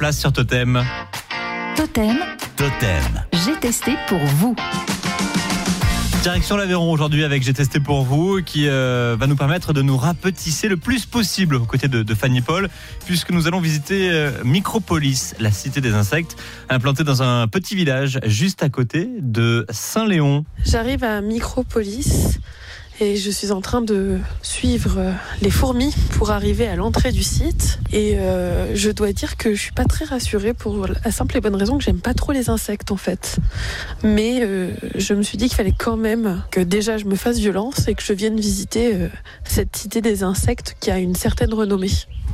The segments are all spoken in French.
place sur Totem. Totem, j'ai testé pour vous. Direction l'Aveyron aujourd'hui avec J'ai testé pour vous qui va nous permettre de nous rapetisser le plus possible aux côtés de Fanny Paul, puisque nous allons visiter Micropolis, la cité des insectes, implantée dans un petit village juste à côté de Saint-Léon. J'arrive à Micropolis et je suis en train de suivre les fourmis pour arriver à l'entrée du site. Et je dois dire que je suis pas très rassurée pour la simple et bonne raison que j'aime pas trop les insectes en fait. Mais je me suis dit qu'il fallait quand même que déjà je me fasse violence et que je vienne visiter cette cité des insectes qui a une certaine renommée.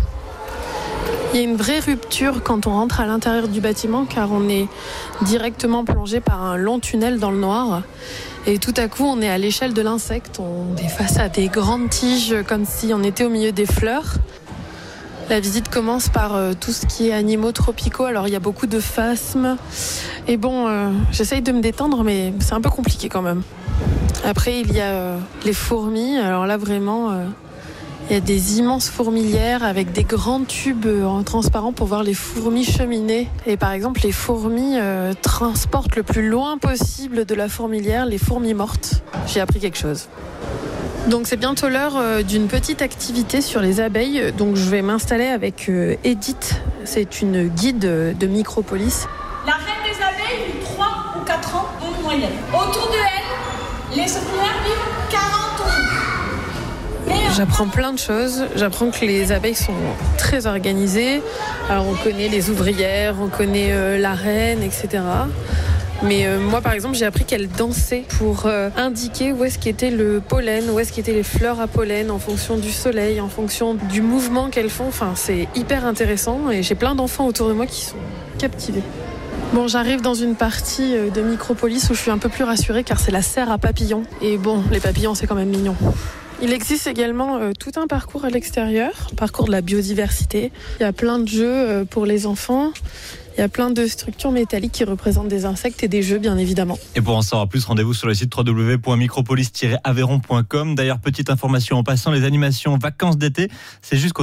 Il y a une vraie rupture quand on rentre à l'intérieur du bâtiment car on est directement plongé par un long tunnel dans le noir. Et tout à coup, on est à l'échelle de l'insecte, on est face à des grandes tiges comme si on était au milieu des fleurs. La visite commence par tout ce qui est animaux tropicaux, alors il y a beaucoup de phasmes. Et bon, j'essaye de me détendre, mais c'est un peu compliqué quand même. Après, il y a les fourmis, alors là vraiment... Il y a des immenses fourmilières avec des grands tubes en transparent pour voir les fourmis cheminer. Et par exemple, les fourmis transportent le plus loin possible de la fourmilière les fourmis mortes. J'ai appris quelque chose. Donc c'est bientôt l'heure d'une petite activité sur les abeilles. Donc je vais m'installer avec Edith. C'est une guide de Micropolis. La reine des abeilles vit 3 ou 4 ans de moyenne. Autour de elle, les ouvrières vivent 40 ans. J'apprends plein de choses. J'apprends que les abeilles sont très organisées. Alors on connaît les ouvrières, on connaît la reine, etc. Mais moi par exemple j'ai appris qu'elles dansaient pour indiquer où est-ce qu'était le pollen, où est-ce qu'étaient les fleurs à pollen en fonction du soleil, en fonction du mouvement qu'elles font. Enfin c'est hyper intéressant et j'ai plein d'enfants autour de moi qui sont captivés. Bon, j'arrive dans une partie de Micropolis où je suis un peu plus rassurée car c'est la serre à papillons. Et bon, les papillons c'est quand même mignon. Il existe également tout un parcours à l'extérieur, parcours de la biodiversité. Il y a plein de jeux pour les enfants. Il y a plein de structures métalliques qui représentent des insectes et des jeux, bien évidemment. Et pour en savoir plus, rendez-vous sur le site www.micropolis-aveyron.com. D'ailleurs, petite information en passant, les animations vacances d'été, c'est jusqu'au